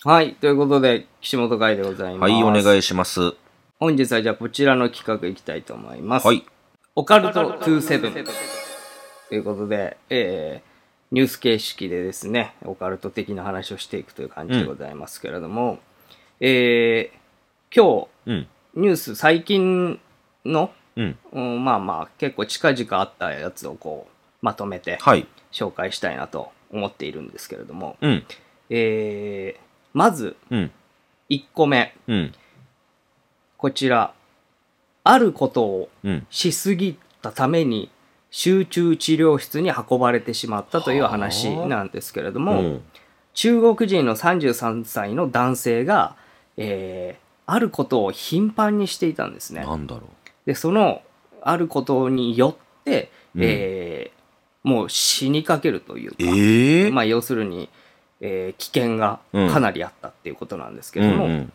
はい。ということで、岸本会でございます。 はい、お願いします。 本日はじゃあこちらの企画いきたいと思います。 はい。 オカルト27ということで、ニュース形式でですね、オカルト的な話をしていくという感じでございますけれども、今日、 うん。 ニュース最近の、 うん。 まあまあ結構近々あったやつをこうまとめてはい。 紹介したいなと思っているんですけれども、 うん。 まずうん。 1個目、 うん。 こちら、あることをうん。 しすぎたために集中治療室に運ばれてしまったという話なんですけれども、 うん。 中国人の33歳の男性が、あることを頻繁にしていたんですね。 なんだろで、そのあることによって、もう死にかけるというか、まあ要するに、危険がかなりあったっていうことなんですけう。 れども、 うん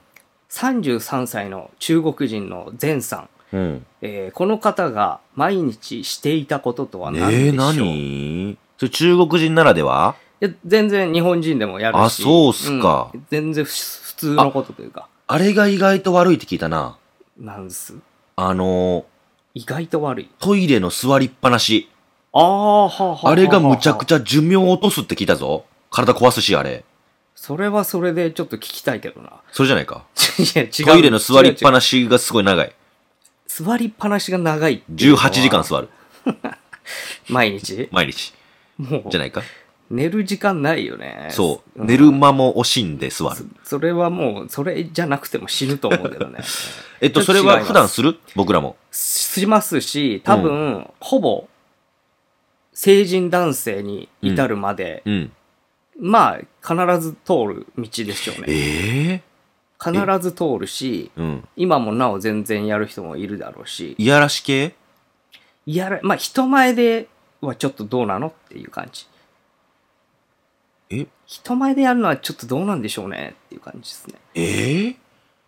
33歳の中国人の前さん、 うん。 この方が毎日していたこととは何でしょう？ 何それ中国人ならでは？ いや全然日本人でもやるし。 あ、そうっすか。 全然普通のことというか。 あれが意外と悪いって聞いたな。 なんです。 意外と悪い。 トイレの座りっぱなし。 ああ、はあ、はあ。 あれがむちゃくちゃ寿命を落とすって聞いたぞ。体壊すし、あれ。 それはそれでちょっと聞きたいけどな。 それじゃないか。 いや、違う。 トイレの座りっぱなしがすごい長い。 座りっぱなしが長いって 18時間座る。 毎日毎日。 もう。 じゃないか。 寝る時間ないよね。 そう。寝る間も惜しんで座る。 それはもう、それじゃなくても死ぬと思うけどね。 それは普段する？僕らも。 しますし、多分、ほぼ、成人男性に至るまで、まあ、必ず通る道でしょうね。必ず通るし、今もなお全然やる人もいるだろうし。 いやらし系？ まあ、人前ではちょっとどうなのっていう感じ。人前でやるのはちょっとどうなんでしょうねっていう感じですね。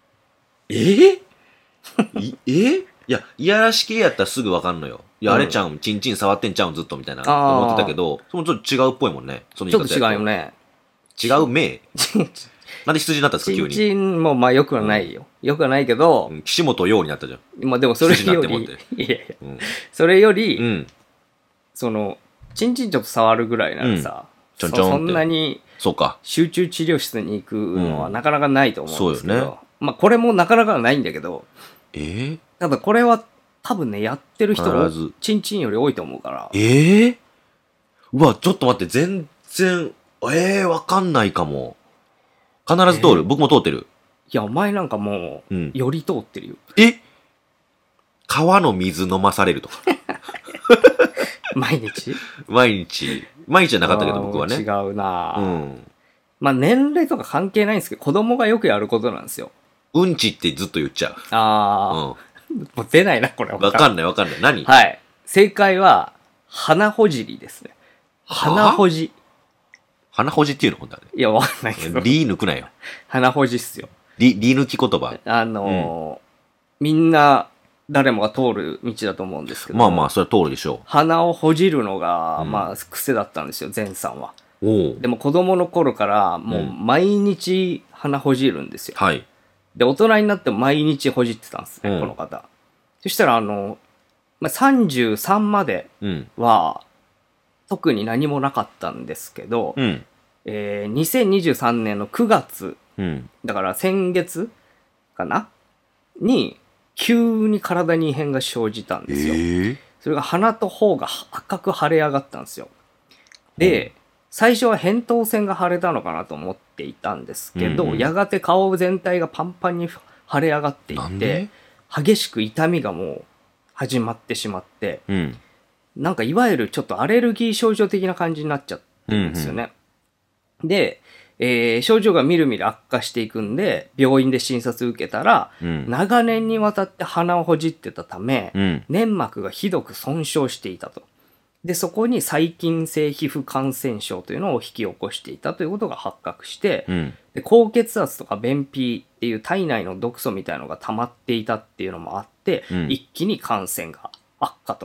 いや、いやらし系やったらすぐわかんのよ。いや、あれちゃうん、チンチン触ってんちゃうん、ずっとみたいな思ってたけど、そのちょっと違うっぽいもんね。その言い方ちょっと違うよね。 違う名なんで羊になったんですか、急に。 チンチンもまあ良くはないよ。良くはないけど、 岸本陽になったじゃん。 まあでもそれより、いやいや、それより、その、チンチンちょっと触るぐらいならさ、そんなに集中治療室に行くのはなかなかないと思うんですけど、まあこれもなかなかないんだけど、ただこれは多分ね、やってる人がチンチンより多いと思うから。 うわ、ちょっと待って、全然、わかんないかも。必ず通る。僕も通ってる。 いや、お前なんかもう、より通ってるよ。 川の水飲まされるとか。 毎日毎日じゃなかったけど、僕はね。 違うなまあ年齢とか関係ないんですけど、子供がよくやることなんですよ。 うんちってずっと言っちゃう。 もう出ないな、これ。 わかんない。何？ はい。正解は、鼻ほじりですね。鼻ほじ。 鼻ほじっていうの？ほんとあれ。 いや、わかんないけど。 リ抜くなよ。 鼻ほじっすよ。 リ抜き言葉。 みんな、誰もが通る道だと思うんですけど。 まあまあ、それは通るでしょう。 鼻をほじるのが、まあ、癖だったんですよ、前さんは。でも子供の頃から、もう毎日鼻ほじるんですよ。 はい。 で、大人になっても毎日ほじってたんですね、この方。そしたら、33までは、特に何もなかったんですけど、2023年の9月、だから先月かなに、急に体に異変が生じたんですよ。それが鼻と頬が赤く腫れ上がったんですよ。で、最初は扁桃腺が腫れたのかなと思っていたんですけど、やがて顔全体がパンパンに腫れ上がっていって、激しく痛みがもう始まってしまって、なんかいわゆるちょっとアレルギー症状的な感じになっちゃってるんですよね。で、症状がみるみる悪化していくんで、病院で診察受けたら、長年にわたって鼻をほじってたため、粘膜がひどく損傷していたと。で、そこに細菌性皮膚感染症というのを引き起こしていたということが発覚して、で高血圧とか便秘っていう体内の毒素みたいなのが溜まっていたっていうのもあって、一気に感染が悪化と。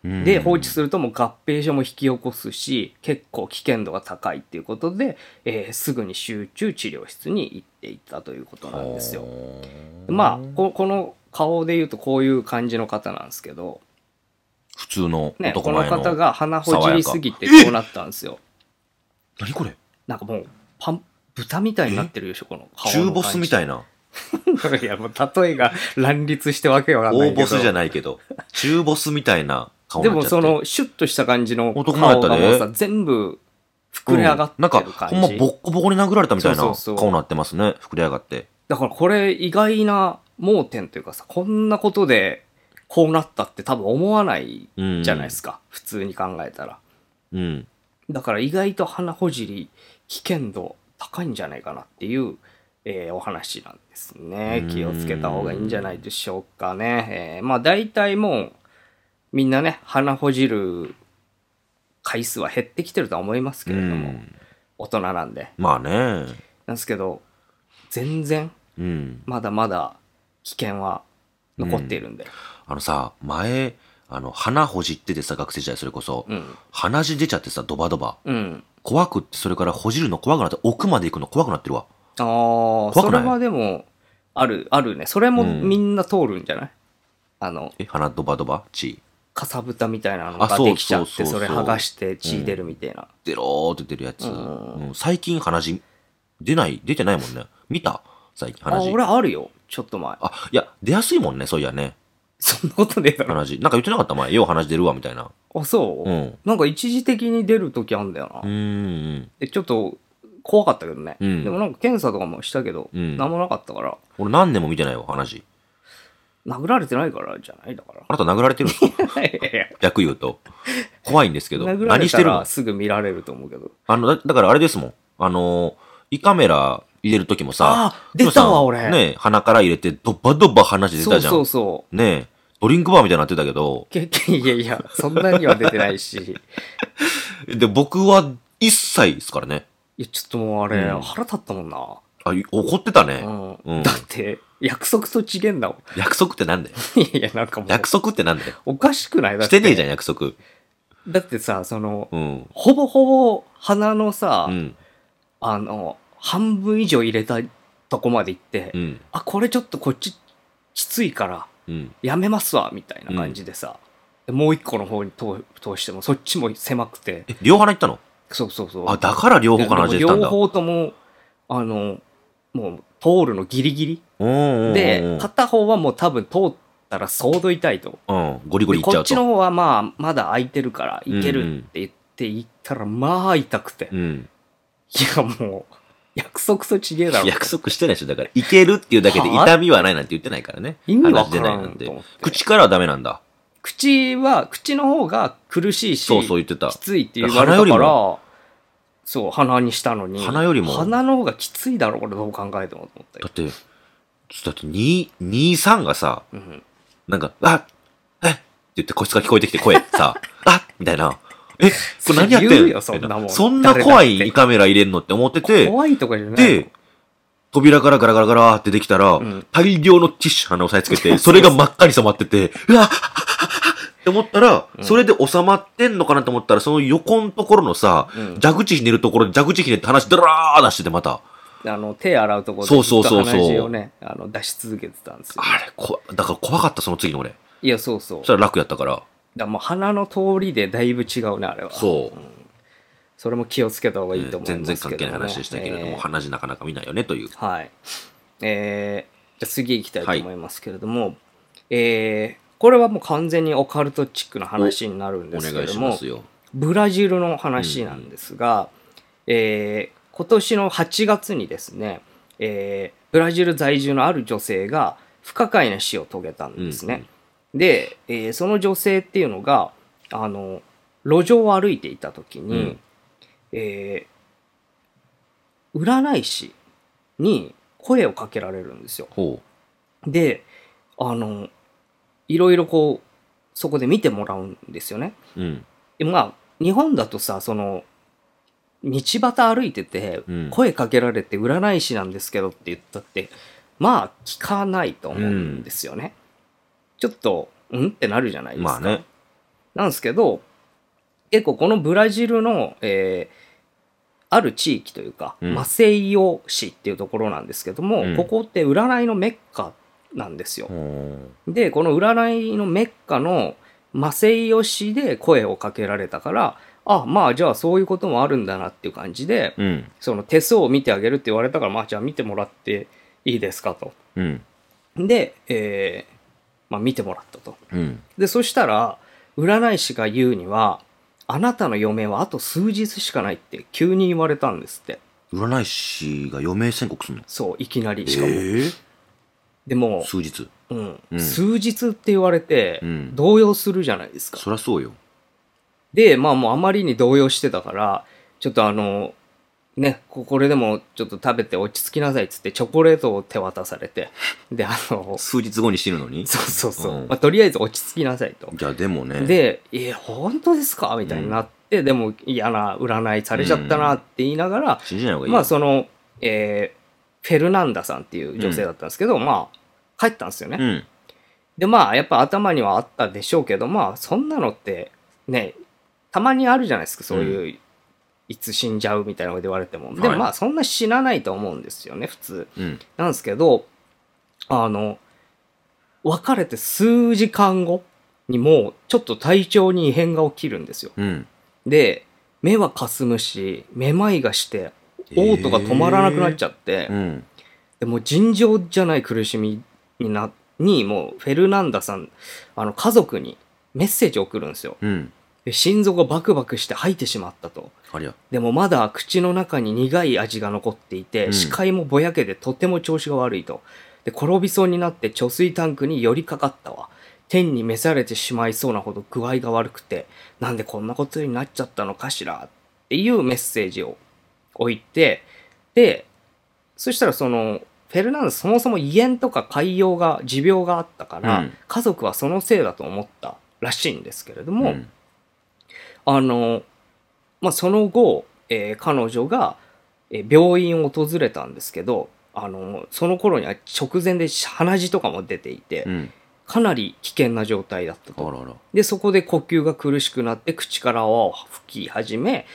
で放置するともう合併症も引き起こすし結構危険度が高いっていうことで、すぐに集中治療室に行っていったということなんですよ。まあこの顔でいうとこういう感じの方なんですけど普通のね、こ男前のの方が鼻ほじりすぎてこうなったんですよ。 何これなんかもう豚みたいになってるでしょこの顔の感じ。 中ボスみたいな。 いやもう例えが乱立してわけわかんないけど。 大ボスじゃないけど中ボスみたいな顔でになっちゃって。 もそのシュッとした感じの顔男前やったでがもうさ全部膨れ上がってなんかる感じ、 ほんまボッコボコに殴られたみたいなそうそうそう顔になってますね。膨れ上がって。 だからこれ意外な盲点というかさこんなことでこうなったって多分思わないじゃないですか、普通に考えたら。だから意外と鼻ほじり危険度高いんじゃないかなっていう、お話なんですね。気をつけた方がいいんじゃないでしょうかね。まあ大体もうみんなね鼻ほじる回数は減ってきてるとは思いますけれども、大人なんで。 まあね。 なんですけど全然まだまだ危険は残っているんで。 あのさ前鼻ほじっててさ、学生時代それこそ、鼻血出ちゃってさ、ドバドバ、怖くって、それからほじるの怖くなって、奥まで行くの怖くなってるわ。 ああ、それはでもあるね。それもみんな通るんじゃない？ 鼻ドバドバ血かさぶたみたいなのができちゃって、それ剥がして血出るみたいな。 デローって出るやつ。最近鼻血出てないもんね。見た？最近鼻血。 俺あるよ、ちょっと前。 いや、出やすいもんね、そういやね。 そんなことねえだろ。 鼻血。なんか言ってなかった前、よう鼻血出るわ、みたいな。 そう？なんか一時的に出る時あんだよな。で、ちょっと怖かったけどね。でもなんか検査とかもしたけど、なんもなかったから。 俺何年も見てないわ、鼻血。 殴られてないからじゃないだから。 あなた殴られてるんですか？逆言うと。怖いんですけど。何してるの？ すぐ見られると思うけど。 だからあれですもん。胃カメラ入れるときもさ、 出たわ、俺。 ね、鼻から入れて、ドバドバ鼻血出たじゃん。 そうそう。 ねドリンクバーみたいになってたけど。 いや、そんなには出てないし。 で、僕は一切ですからね。 いや、ちょっともうあれ、腹立ったもんな。 怒ってたね。 だって、約束と違えんだもん。 約束ってなんだよ。 いや、なんかもう。 約束ってなんだよ。 おかしくない？だって。 してねえじゃん、約束。 だってさ、ほぼほぼ鼻のさ、半分以上入れたとこまで行って、これちょっとこっちきついから、やめますわ、みたいな感じでさ、もう一個の方に通しても、そっちも狭くて。 両鼻行ったの？ そう。 だから両方から出てたんだ。 両方とも、もう通るのギリギリ。で、片方はもう多分通ったら相当痛いと。 ゴリゴリいっちゃうと。 こっちの方はまだ空いてるからいけるって言って行ったら、まあ痛くて。いやもう、約束と違えだろ。 約束してないでしょ。だから、いけるっていうだけで痛みはないなんて言ってないからね。 意味わからんと思って。 口からはダメなんだ。 口の方が苦しいし、 そう言ってた。 きついって言われたから、そう、鼻にしたのに。 鼻よりも。 鼻の方がきついだろ、これどう考えてもと思って。 だって2、3がさ、なんか、って言ってこいつが聞こえてきて声さ、みたいな。これ何やってんの？そんな怖い胃カメラ入れんのって思ってて、 怖いとかじゃない。 で、扉からガラガラガラってできたら、大量のティッシュ鼻を押さえつけて、それが真っ赤に染まってて、って思ったら、それで収まってんのかなと思ったら、その横のところのさ、蛇口ひねるところで蛇口ひねって話、ダラー出しててまた。 手洗うところでずっと鼻血をね、出し続けてたんですよ。 だから怖かった、その次の俺。 いや、そう。 そしたら楽やったから。 もう鼻の通りでだいぶ違うね、あれは。それも気をつけた方がいいと思いますけど、ね。 全然関係ない話でしたけれども、鼻血なかなか見ないよねという。 はい。じゃあ次行きたいと思いますけれども、これはもう完全にオカルトチックな話になるんですけれども、ブラジルの話なんですが、今年の8月にですね、ブラジル在住のある女性が不可解な死を遂げたんですね。で、その女性っていうのが路上を歩いていた時に、占い師に声をかけられるんですよ。で、いろいろこうそこで見てもらうんですよね。で日本だとさ、道端歩いてて声かけられて占い師なんですけどって言ったって聞かないと思うんですよね。ちょっとってなるじゃないですか。 なんですけど、結構このブラジルの、ある地域というか、マセイオ市っていうところなんですけども、ここって占いのメッカなんですよ。で、この占いのメッカのマセイオ市で声をかけられたから、まあじゃあそういうこともあるんだなっていう感じで、その手相を見てあげるって言われたから、まあじゃあ見てもらっていいですかと。で、まあ見てもらったと。で、そしたら、占い師が言うには、あなたの余命はあと数日しかないって急に言われたんですって。 占い師が余命宣告するの？ そう、いきなりしかも。でも、 数日。 数日って言われて、動揺するじゃないですか。 そりゃそうよ。 で、まあもうあまりに動揺してたから、ちょっとね、これでもちょっと食べて落ち着きなさいっつってチョコレートを手渡されて、で、 数日後に死ぬのに？ そう。まあ、とりあえず落ち着きなさいと。 じゃあでもね。 で、本当ですかみたいになって、でも嫌な占いされちゃったなって言いながら、 信じない方がいい。 まあフェルナンダさんっていう女性だったんですけど、まあ、帰ったんですよね。で、まあ、やっぱ頭にはあったでしょうけど、まあ、そんなのって、ね、たまにあるじゃないですか、そういう、いつ死んじゃうみたいなこと言われても。でもまあ、そんな死なないと思うんですよね、普通。なんですけど、別れて数時間後にもう、ちょっと体調に異変が起きるんですよ。で、目はかすむし、めまいがして、嘔吐が止まらなくなっちゃって、でもう尋常じゃない苦しみにもうフェルナンダさん、家族にメッセージを送るんですよ。で心臓がバクバクして吐いてしまったと。でもまだ口の中に苦い味が残っていて、視界もぼやけてとても調子が悪いと。で、転びそうになって貯水タンクに寄りかかったわ。天に召されてしまいそうなほど具合が悪くて、なんでこんなことになっちゃったのかしらっていうメッセージを置いて、で、そしたらフェルナンダそもそも胃炎とか潰瘍が、持病があったから、家族はそのせいだと思ったらしいんですけれども、まあ、その後、彼女が、病院を訪れたんですけど、その頃には直前で鼻血とかも出ていて、かなり危険な状態だったと。で、そこで呼吸が苦しくなって口から泡を吹き始め、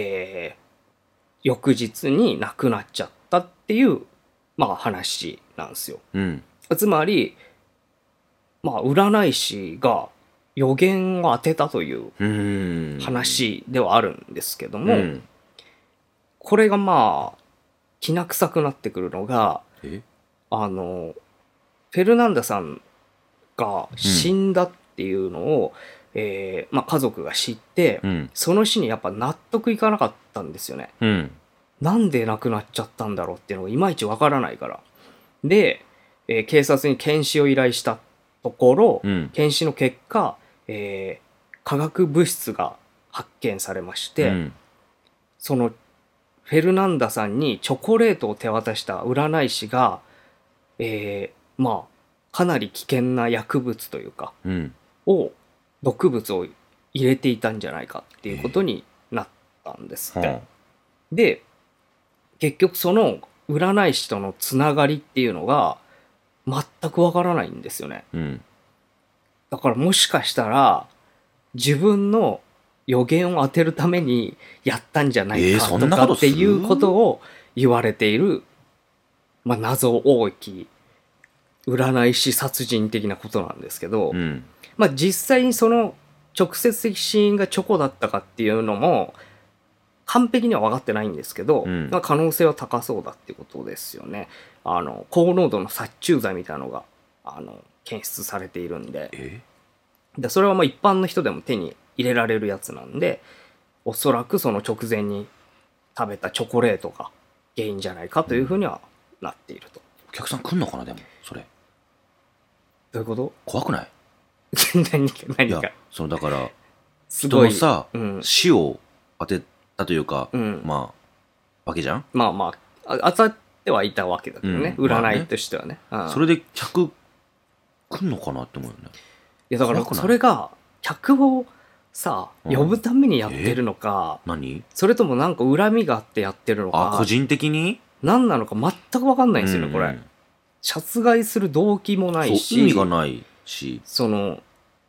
翌日に亡くなっちゃったっていう、まあ話なんですよ。つまり、まあ占い師が予言を当てたという話ではあるんですけども、これがまあ、きな臭くなってくるのが、フェルナンダさんが死んだっていうのを、まあ家族が知って、その死にやっぱ納得いかなかったんですよね。なんで亡くなっちゃったんだろうっていうのがいまいちわからないから。で、警察に検視を依頼したところ、検視の結果、化学物質が発見されまして、そのフェルナンダさんにチョコレートを手渡した占い師が、まあ、かなり危険な薬物というか、毒物を入れていたんじゃないかっていうことになったんですって。で、結局その占い師とのつながりっていうのが全くわからないんですよね。だからもしかしたら自分の予言を当てるためにやったんじゃないかとかっていうことを言われている、まあ謎多き占い師殺人的なことなんですけど、まあ実際にその直接的死因がチョコだったかっていうのも完璧には分かってないんですけど、まあ可能性は高そうだっていうことですよね。高濃度の殺虫剤みたいなのが検出されているんで、でそれはまあ一般の人でも手に入れられるやつなんで、おそらくその直前に食べたチョコレートが原因じゃないかというふうにはなっていると。 お客さん来んのかな、でもそれ。 どういうこと？ 怖くない？ 何か。いや、 だから人のさ、死を当てたというか、まあわけじゃん。 まあ当たってはいたわけだけどね、占いとしてはね。 それで客来んのかなって思うよね。 いやだからそれが客をさ呼ぶためにやってるのか、 何？ それともなんか恨みがあってやってるのか、 個人的に何なのか全く分かんないんですよね、これ。殺害する動機もないし、 意味がないし、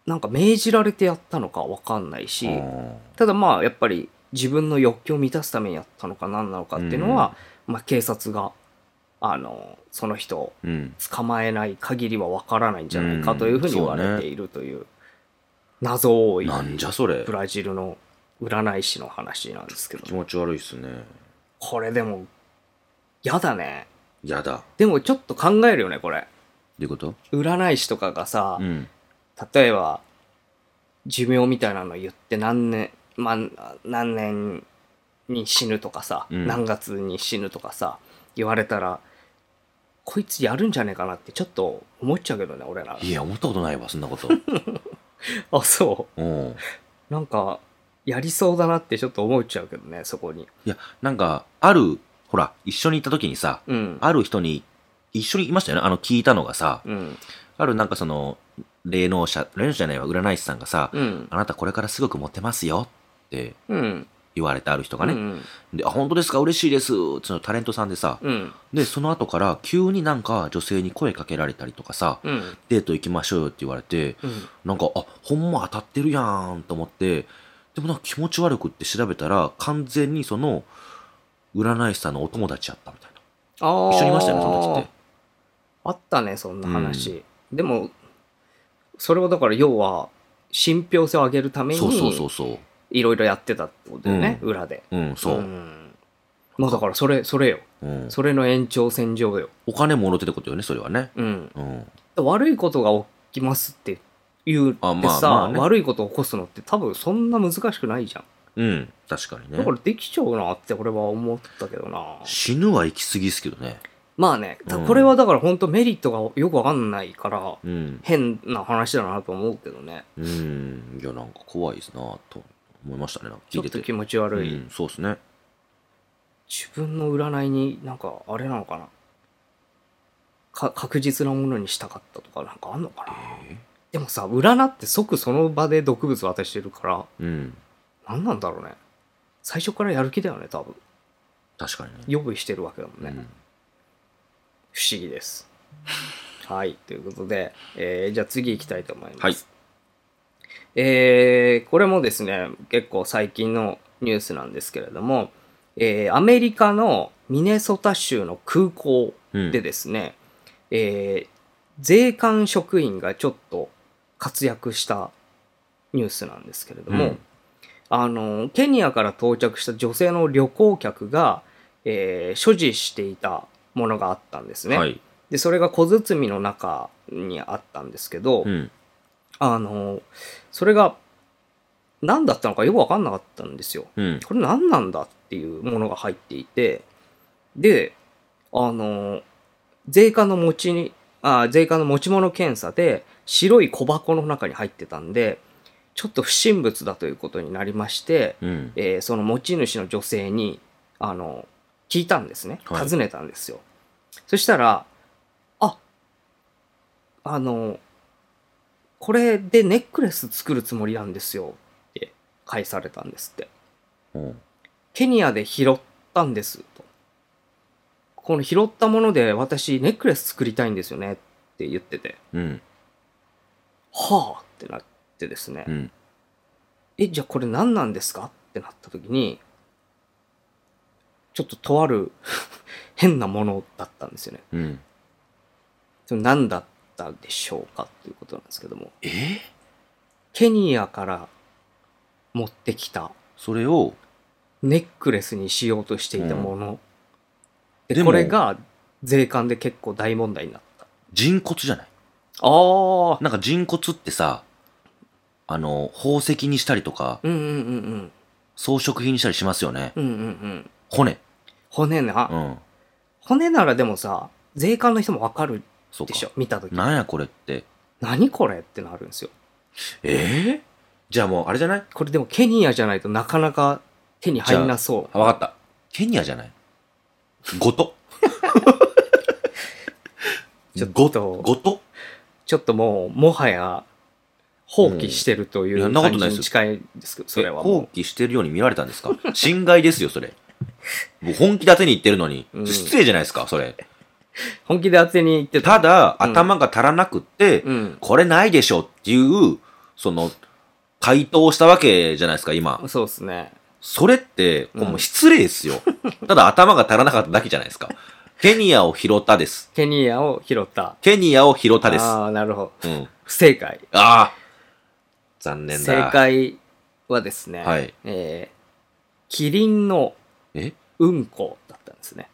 なんか命じられてやったのかわかんないし、ただまあやっぱり自分の欲求を満たすためにやったのか何なのかっていうのは、まあ警察がその人を捕まえない限りはわからないんじゃないかというふうに言われているという謎多いなんじゃそれブラジルの占い師の話なんですけど、 気持ち悪いっすね。 これでもやだね。 やだ。 でもちょっと考えるよねこれ。 どういうこと？ 占い師とかがさ、 うん、 例えば寿命みたいなの言って何年に死ぬとかさ、何月に死ぬとかさ言われたら、こいつやるんじゃねえかなってちょっと思っちゃうけどね、俺ら。 いや、思ったことないわ、そんなこと。 あ、そう。 なんか、やりそうだなってちょっと思っちゃうけどね、そこに。 いや、なんか、ほら、一緒にいた時にさ、ある人に、一緒にいましたよね、聞いたのがさ、あるなんか霊能者じゃないわ、占い師さんがさ、あなたこれからすごくモテますよって、言われたある人がね。で、本当ですか、嬉しいです。そのタレントさんでさ。で、その後から急になんか女性に声かけられたりとかさ、デート行きましょうよって言われて、なんか、ほんま当たってるやんと思って、でもなんか気持ち悪くって調べたら、完全にその、占い師さんのお友達やったみたいな。一緒にいましたよね、その時って。 あったね、そんな話。でも、それはだから要は、信憑性を上げるために、 そう。 いろいろやってたってことだよね、裏で。 そう。 まあだからそれよ。それの延長線上よ。 お金もろてってことよね、それはね。 悪いことが起きますって言ってさ、悪いことを起こすのって多分そんな難しくないじゃん。 確かにね。 だからできちゃうなって俺は思ったけどな。 死ぬは行き過ぎですけどね。 まあね、これはだから本当メリットがよくわかんないから、変な話だなと思うけどね。 いや、なんか怖いですなと思いましたね。 ちょっと気持ち悪い。 そうですね。 自分の占いになんかあれなのかな、確実なものにしたかったとかなんかあんのかな。でもさ、占って即その場で毒物渡してるから、何なんだろうね。最初からやる気だよね、多分。 確かにね。 予備してるわけだもんね。不思議です。はい、ということで、じゃあ次行きたいと思います。これもですね、結構最近のニュースなんですけれども、アメリカのミネソタ州の空港でですね、税関職員がちょっと活躍したニュースなんですけれども、ケニアから到着した女性の旅行客が、所持していたものがあったんですね。で、それが小包の中にあったんですけど、それが何だったのかよく分かんなかったんですよ。これ何なんだっていうものが入っていて、で、税関の持ち物検査で白い小箱の中に入ってたんで、ちょっと不審物だということになりまして、その持ち主の女性に聞いたんですね。尋ねたんですよ。そしたら、これでネックレス作るつもりなんですよって返されたんですって。ケニアで拾ったんですと。この拾ったもので私ネックレス作りたいんですよねって言ってて。はあってなってですね。じゃあこれ何なんですかってなった時に、ちょっととある変なものだったんですよね。それ何だったでしょうかっていうことなんですけども。ケニアから持ってきた。 それをネックレスにしようとしていたもの。で、これが税関で結構大問題になった。 人骨じゃない？なんか人骨ってさ、宝石にしたりとか、装飾品にしたりしますよね。骨な。骨ならでもさ、税関の人もわかるでしょ、見たとき。 なんやこれって。 何これってなるんですよ。 じゃあもうあれじゃない？ これでもケニアじゃないとなかなか手に入んなそう。 わかった。ケニアじゃない？ごとちょっともはや放棄してるという感じに近いですけど、それは放棄してるように見られたんですか？侵害ですよ、それ。もう本気で当てに行ってるのに。失礼じゃないですか、それ。 本気で当てに行ってただ、頭が足らなくって、これないでしょっていう、 回答したわけじゃないですか、今。 そうですね。 それって、もう失礼ですよ。ただ頭が足らなかっただけじゃないですか。ケニアを拾ったです。 ケニアを拾った。 ケニアを拾ったです。 ああ、なるほど。不正解。 ああ。残念だ。 正解はですね、 はい。 キリンのうんこだったんですね。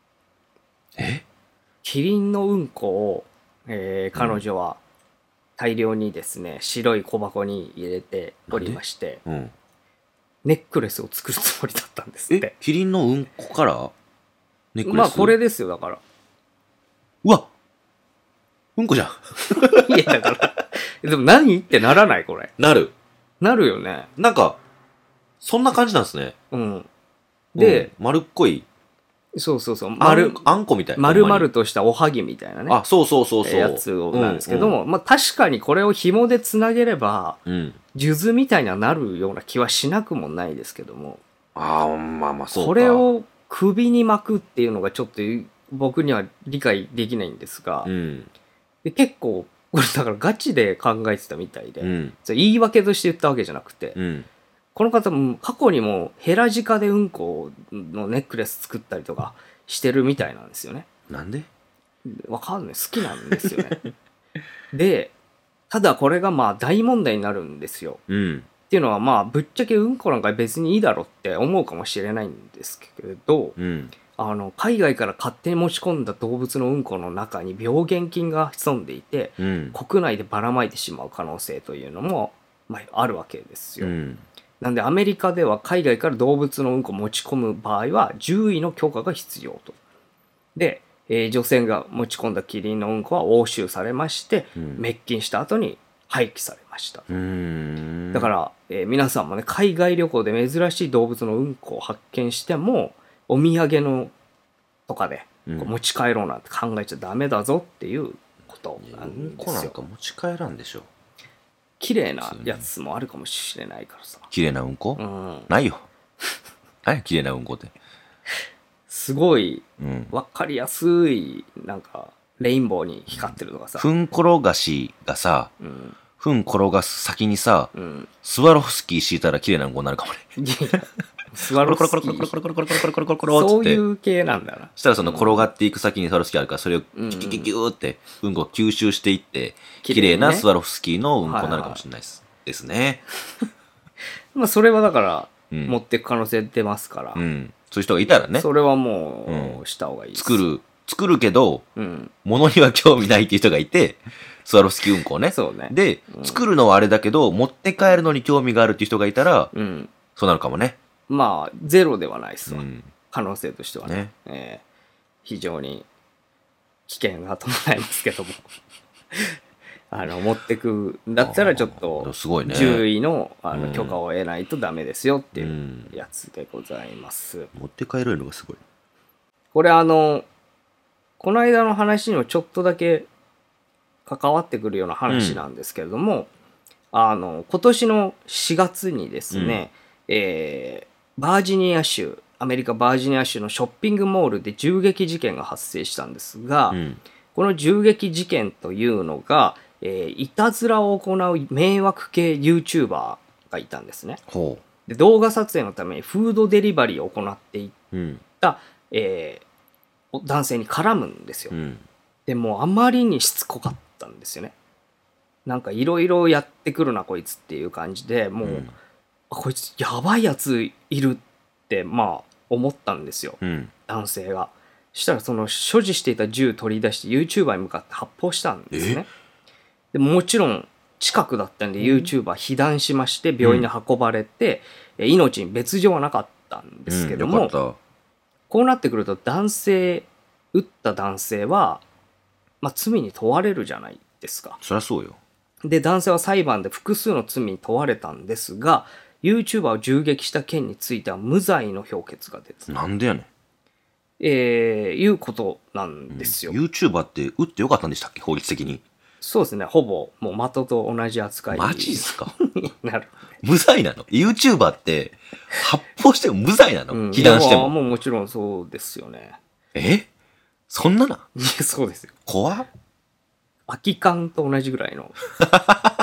キリンのうんこを、彼女は大量にですね、白い小箱に入れておりまして、ネックレスを作るつもりだったんですって。 キリンのうんこからネックレス？ まあこれですよ、だから。 うわ、うんこじゃん。いや、だから。でも何ってならないこれ。 なる。 なるよね。 なんか、そんな感じなんですね。 で、 丸っこい。 そうそうそう。 あんこみたいな。 丸々としたおはぎみたいなね。 あ、そうそうそうそう。 やつなんですけども、まあ確かにこれを紐でつなげれば、数珠みたいにはなるような気はしなくもないですけども。 ああ、まあまあそうか。 これを首に巻くっていうのがちょっと僕には理解できないんですが、で結構、これだからガチで考えてたみたいで、言い訳として言ったわけじゃなくて、この方も過去にもヘラジカでうんこのネックレス作ったりとかしてるみたいなんですよね。 なんで？ わかんない。好きなんですよね。で、ただこれがまあ大問題になるんですよ。っていうのはまあぶっちゃけうんこなんか別にいいだろって思うかもしれないんですけれど、海外から勝手に持ち込んだ動物のうんこの中に病原菌が潜んでいて、国内でばらまいてしまう可能性というのも、まあ、あるわけですよ。なんでアメリカでは海外から動物のうんこを持ち込む場合は獣医の許可が必要と。で、女性が持ち込んだキリンのうんこは押収されまして、滅菌した後に廃棄されました。だから、皆さんもね、海外旅行で珍しい動物のうんこを発見しても、お土産のとかで持ち帰ろうなんて考えちゃダメだぞっていうことなんですよ。 うんこなんか持ち帰らんでしょ。 綺麗なやつもあるかもしれないからさ。 綺麗なうんこ？ないよ。はい、綺麗なうんこって。 すごい、わかりやすい、なんか、レインボーに光ってるとかさ。 ふん転がしがさ、ふん転がす先にさ、スワロフスキー敷いたら綺麗なうんこになるかもね。 スワロフスキー。そういう系なんだな。 そしたらその転がっていく先にスワロフスキーあるから、それをギュギュギューってうんこを吸収していって、綺麗なスワロフスキーのうんこになるかもしれないですね。 まあそれはだから、持っていく可能性出ますから。そういう人がいたらね。 それはもう、した方がいいです。 作るけど、物には興味ないっていう人がいて、スワロフスキーうんこをね。 そうね。 で、作るのはあれだけど、持って帰るのに興味があるっていう人がいたら、そうなるかもね。 まあ、ゼロではないですわ。可能性としてはね。非常に危険が伴いますけども。持ってくんだったらちょっと、獣医の許可を得ないとダメですよっていうやつでございます。 持って帰れるのがすごい。 これこの間の話にもちょっとだけ関わってくるような話なんですけれども、今年の4月にですね、バージニア州、アメリカバージニア州のショッピングモールで銃撃事件が発生したんですが、この銃撃事件というのが、いたずらを行う迷惑系 YouTuber がいたんですね。で動画撮影のためにフードデリバリーを行っていった、男性に絡むんですよ。でもうあまりにしつこかったんですよね。なんかいろいろやってくるなこいつっていう感じで、もう、こいつやばいやついるってまあ思ったんですよ、男性が。そしたらその所持していた銃取り出して YouTuber に向かって発砲したんですね。でもちろん近くだったんで YouTuber 被弾しまして病院に運ばれて、命に別状はなかったんですけども、こうなってくると撃った男性は、まあ、罪に問われるじゃないですか。 そりゃそうよ。 で男性は裁判で複数の罪に問われたんですが、 YouTuber を銃撃した件については無罪の評決が出た。 なんでやねん。 いうことなんですよ。 YouTuber って撃ってよかったんでしたっけ、法律的に。 そうですね、ほぼもう的と同じ扱い。 マジっすか？ なる。 無罪なの？ YouTuber って発砲しても無罪なの？被弾しても。 もうもちろんそうですよね。 そんなな？ いや、そうですよ。 怖っ。 空き缶と同じぐらいの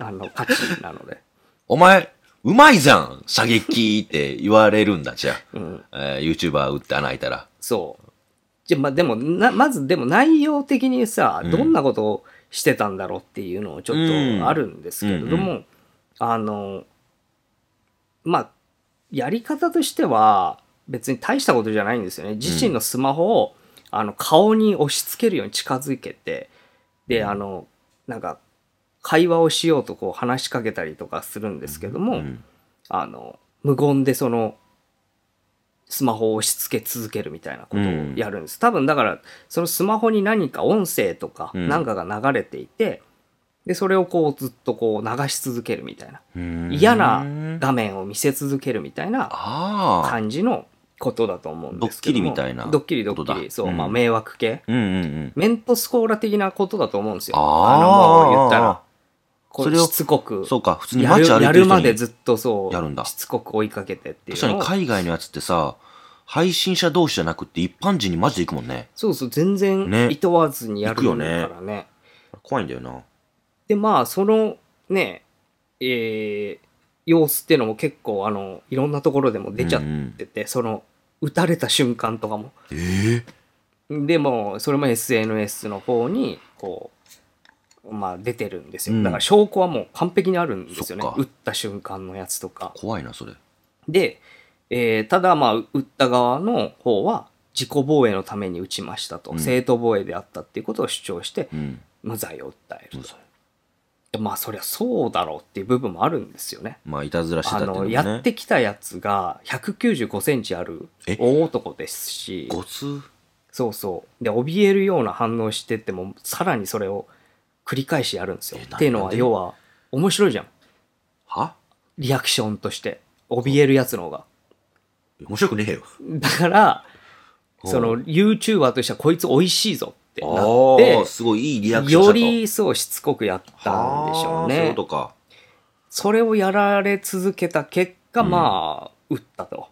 価値なので。 お前、うまいじゃん射撃って言われるんだ、じゃあ。 うん。 YouTuber 打って穴開いたら。 そう。じゃ、でも、まず、でも内容的にさ、どんなことをしてたんだろうっていうのをちょっとあるんですけれども、まあ、やり方としては、別に大したことじゃないんですよね。自身のスマホを、顔に押し付けるように近づけて、で、なんか、会話をしようとこう話しかけたりとかするんですけども、無言でその、スマホを押し付け続けるみたいなことをやるんです。多分だから、そのスマホに何か音声とか何かが流れていて、で、それをこうずっとこう流し続けるみたいな。嫌な画面を見せ続けるみたいな感じのことだと思うんですけども。 ドッキリみたいな。 ドッキリ。そう、まあ迷惑系。メントスコーラ的なことだと思うんですよ。もう言ったら。それをしつこく。 そうか、普通に街歩いてる人にやるまでずっとそう、 やるんだ。 しつこく追いかけてっていう。 確かに海外のやつってさ、配信者同士じゃなくて一般人にマジで行くもんね。 そうそう、全然いとわずにやるからね。 怖いんだよな。 で、まあ、そのね、様子っていうのも結構いろんなところでも出ちゃってて、その、撃たれた瞬間とかも。でも、それも SNS の方に、こう、まあ出てるんですよ。だから証拠はもう完璧にあるんですよね。撃った瞬間のやつとか。 怖いな、それ。 で、ただまあ、撃った側の方は、自己防衛のために撃ちましたと、正当防衛であったっていうことを主張して、無罪を訴えると。まあ、そりゃそうだろうっていう部分もあるんですよね。 まあ、いたずらしてたっていうのもね。 やってきたやつが195センチある大男ですし、 ごつ？ そうそう。で、怯えるような反応してても、さらにそれを繰り返しやるんですよ。っていうのは、要は、面白いじゃん。 は？ リアクションとして。怯えるやつの方が。 面白くねえよ。 だから、その YouTuber としてはこいつ美味しいぞってなって、 すごいいいリアクションしたと。 よりそうしつこくやったんでしょうね。 そういうことか。 それをやられ続けた結果、まあ、撃ったと。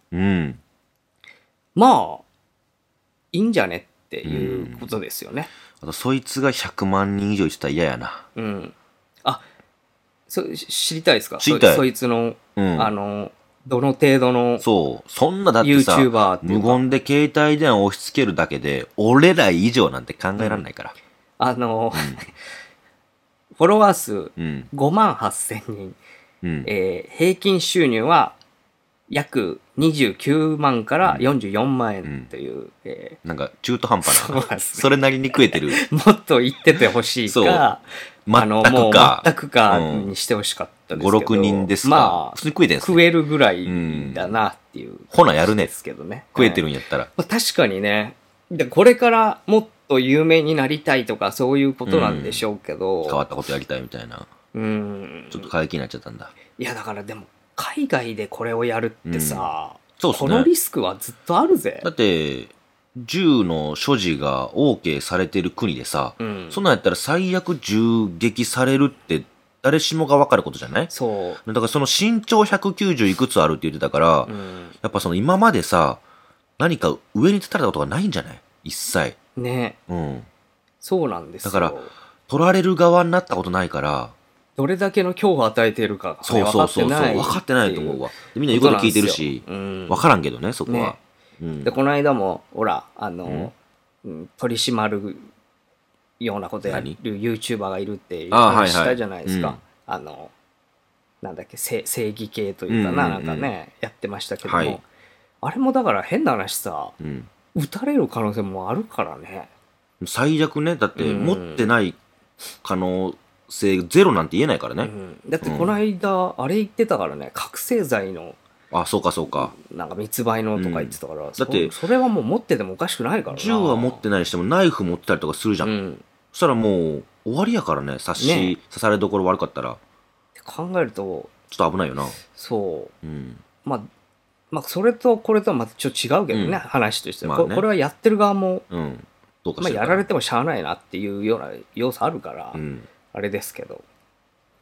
まあ、いいんじゃねっていうことですよね。 あと、そいつが100万人以上言ってたら嫌やな。 あ、知りたいですか？ 知りたい。 そいつの、どの程度の、 そう。そんなだってさ、無言で携帯電話を押し付けるだけで、俺ら以上なんて考えられないから。 フォロワー数5万8000人、平均収入は約29万から44万円という、 なんか中途半端な。それなりに食えてる。 もっと言っててほしいか、 全くか。 全くかにしてほしかったですけど。 5、6人ですか。まあ、普通に食えてるんですね。 食えるぐらいだなっていう。 ほなやるね。 ですけどね。 食えてるんやったら。 確かにね。これからもっと有名になりたいとかそういうことなんでしょうけど。 変わったことやりたいみたいな。ちょっと過激になっちゃったんだ。 いやだからでも海外でこれをやるってさ、このリスクはずっとあるぜ。 だって銃の所持が OK されてる国でさ、そんなんやったら最悪銃撃されるって誰しもが分かることじゃない？ そうだからその身長190いくつあるって言ってたから、やっぱその今までさ何か上に立たれたことがないんじゃない？一切ね。そうなんですよ。 だから取られる側になったことないから、 どれだけの恐怖を与えているか分かってない。 分かってないと思うわ。みんな言うこと聞いてるし、分からんけどね、そこは。 で、この間も、ほら、取り締まるようなことやる YouTuber がいるっていう話したじゃないですか。なんだっけ、正義系というかな、なんかね、やってましたけども、あれもだから変な話さ、撃たれる可能性もあるからね。 最悪ね、だって持ってない可能性ゼロなんて言えないからね。 だってこの間、あれ言ってたからね、覚醒剤の、 そうかそうか。 なんか密売のとか言ってたから、だってそれはもう持っててもおかしくないからな。 銃は持ってないにしてもナイフ持ってたりとかするじゃん。そしたらもう終わりやからね、刺されどころ悪かったら。 って考えると、 ちょっと危ないよな。 そう。まあ、それとこれとはまたちょっと違うけどね、話としては。これはやってる側も、やられてもしゃあないなっていうような要素あるから、あれですけど、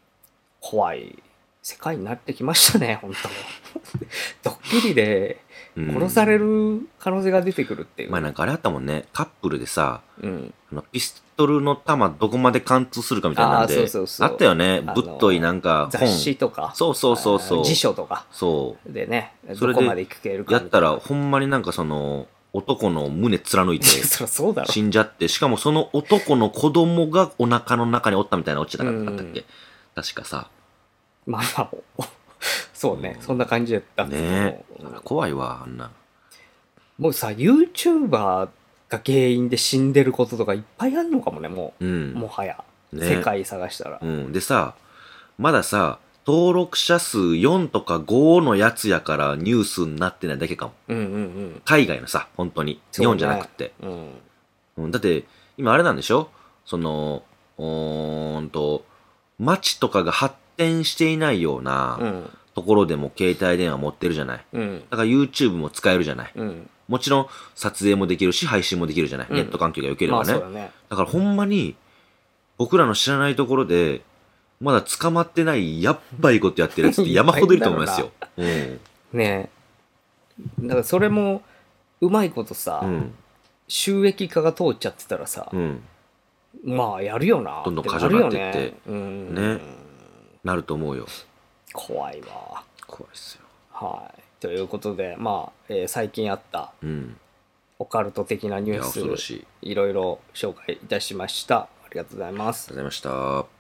怖い世界になってきましたね、本当ドッキリで殺される可能性が出てくるっていう。 なんかあれあったもんね。カップルでさ、 うん、 ピストルの弾どこまで貫通するかみたいなんで、あったよね。ぶっといなんか雑誌とか。 そうそうそうそう。 辞書とか。 そう。 でね、どこまでいけるかやったら、ほんまになんか男の胸貫いて死んじゃって、しかもその男の子供がお腹の中におったみたいなオチだったっけ、確かさ。 まあそうね、そんな感じだったんですけど、 ね、怖いわ、あんな。 もうさ YouTuber が原因で死んでることとかいっぱいあるのかもね、もう、もはや、世界探したら、 でさ、まださ登録者数4とか5のやつやからニュースになってないだけかも。海外のさ、本当に。日本じゃなくて。だって、今あれなんでしょ？街とかが発展していないようなところでも携帯電話持ってるじゃない。だから YouTube も使えるじゃない。もちろん撮影もできるし、配信もできるじゃない。ネット環境が良ければね。だからほんまに、僕らの知らないところで、まだ捕まってないやっばいことやってるやつって山ほどいると思いますよ。 ねえ。だからそれもうまいことさ、収益化が通っちゃってたらさ、まあやるよな。 どんどん過剰になってって、ね。なると思うよ。 怖いわ。 怖いっすよ。 はい。ということで、まあ、最近あったオカルト的なニュース、いろいろ紹介いたしました。ありがとうございます。 ありがとうございました。